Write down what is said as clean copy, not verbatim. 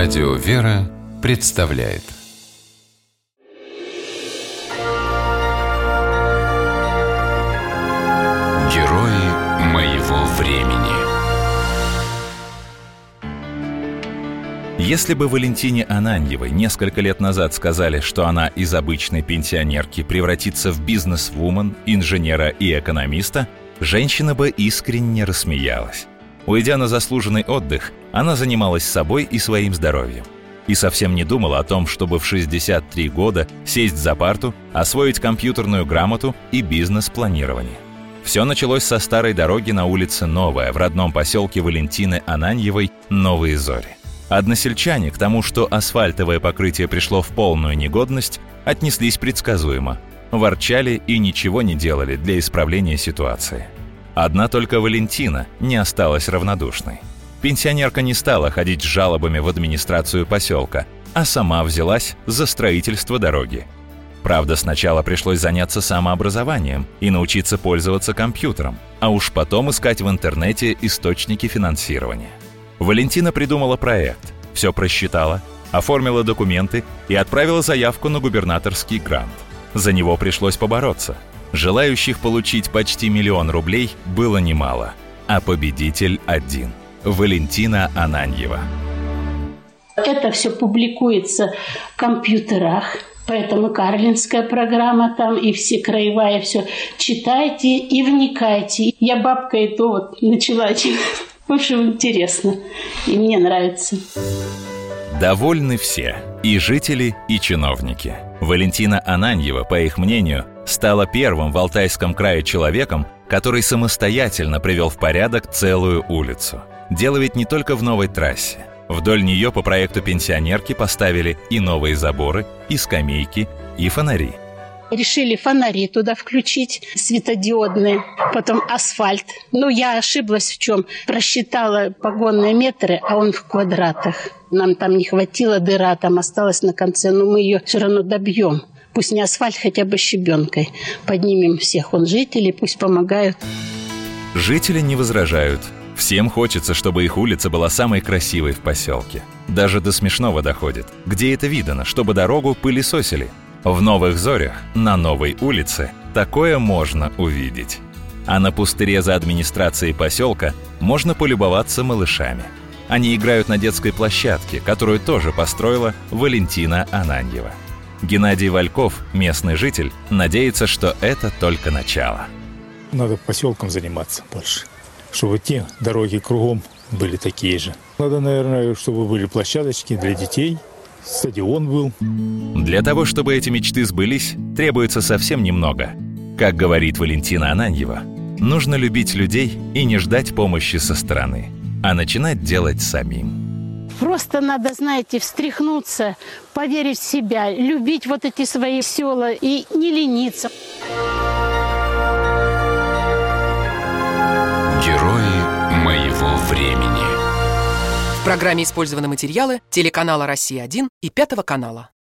Радио «Вера» представляет Герои моего времени. Если бы Валентине Ананьевой несколько лет назад сказали, что она из обычной пенсионерки превратится в бизнес-вумен, инженера и экономиста, женщина бы искренне рассмеялась. Уйдя на заслуженный отдых, она занималась собой и своим здоровьем. И совсем не думала о том, чтобы в 63 года сесть за парту, освоить компьютерную грамоту и бизнес-планирование. Все началось со старой дороги на улице Новая в родном поселке Валентины Ананьевой Новые Зори. Односельчане к тому, что асфальтовое покрытие пришло в полную негодность, отнеслись предсказуемо. Ворчали и ничего не делали для исправления ситуации. Одна только Валентина не осталась равнодушной. Пенсионерка не стала ходить с жалобами в администрацию поселка, а сама взялась за строительство дороги. Правда, сначала пришлось заняться самообразованием и научиться пользоваться компьютером, а уж потом искать в интернете источники финансирования. Валентина придумала проект, все просчитала, оформила документы и отправила заявку на губернаторский грант. За него пришлось побороться. Желающих получить почти 1 000 000 рублей было немало, а победитель один – Валентина Ананьева. Это все публикуется в компьютерах, поэтому карлинская программа там и все краевая, все читайте и вникайте. Я бабка и то вот начала читать. В общем, интересно, и мне нравится. Довольны все – и жители, и чиновники. Валентина Ананьева, по их мнению, стала первым в Алтайском крае человеком, который самостоятельно привел в порядок целую улицу. Дело ведь не только в новой трассе. Вдоль нее по проекту пенсионерки поставили и новые заборы, и скамейки, и фонари. Решили фонари туда включить, светодиодные, потом асфальт. Я ошиблась в чем? Просчитала погонные метры, а он в квадратах. Нам там не хватило, дыра там осталась на конце, но мы ее все равно добьем. Пусть не асфальт, хотя бы щебенкой. Поднимем всех жителей, пусть помогают. Жители не возражают. Всем хочется, чтобы их улица была самой красивой в поселке. Даже до смешного доходит. Где это видано, чтобы дорогу пылесосили? В Новых Зорях, на новой улице, такое можно увидеть. А на пустыре за администрацией поселка можно полюбоваться малышами. Они играют на детской площадке, которую тоже построила Валентина Ананьева. Геннадий Вальков, местный житель, надеется, что это только начало. Надо поселком заниматься больше, чтобы те дороги кругом были такие же. Надо, наверное, чтобы были площадочки для детей, стадион был. Для того, чтобы эти мечты сбылись, требуется совсем немного. Как говорит Валентина Ананьева, нужно любить людей и не ждать помощи со стороны, а начинать делать самим. Просто надо, знаете, встряхнуться, поверить в себя, любить вот эти свои села и не лениться. Герои моего времени. В программе использованы материалы телеканала «Россия-1» и 5 канала.